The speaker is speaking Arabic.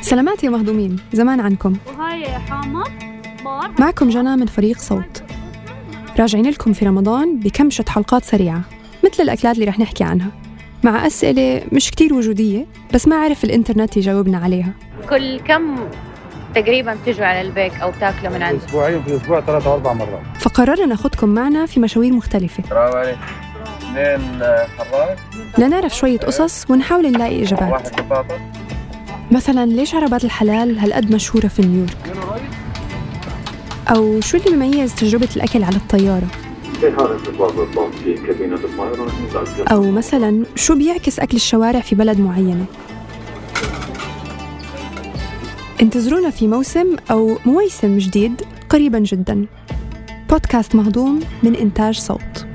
سلامات يا مهضومين، زمان عنكم. وهاي حامض معكم جنى من فريق صوت، راجعين لكم في رمضان بكمشة حلقات سريعة مثل الأكلات اللي رح نحكي عنها، مع أسئلة مش كتير وجودية بس ما عرف الإنترنت يجاوبنا عليها. كل كم تقريباً تجوا على البيك أو تاكلوا من عنده؟ أسبوعين، في الأسبوع 3 أو 4 مرات. فقررنا ناخدكم معنا في مشاوير مختلفة. السلام عليكم. 2 حراج لنعرف شوية قصص ونحاول نلاقي إجابات. 1 بطاطا. مثلاً ليش عربات الحلال هالقد مشهورة في نيويورك؟ أو شو اللي بيميز تجربة الأكل على الطيارة؟ أو مثلاً شو بيعكس أكل الشوارع في بلد معينة؟ انتظرونا في موسم أو مويسم جديد قريباً جداً. بودكاست مهضوم من إنتاج صوت.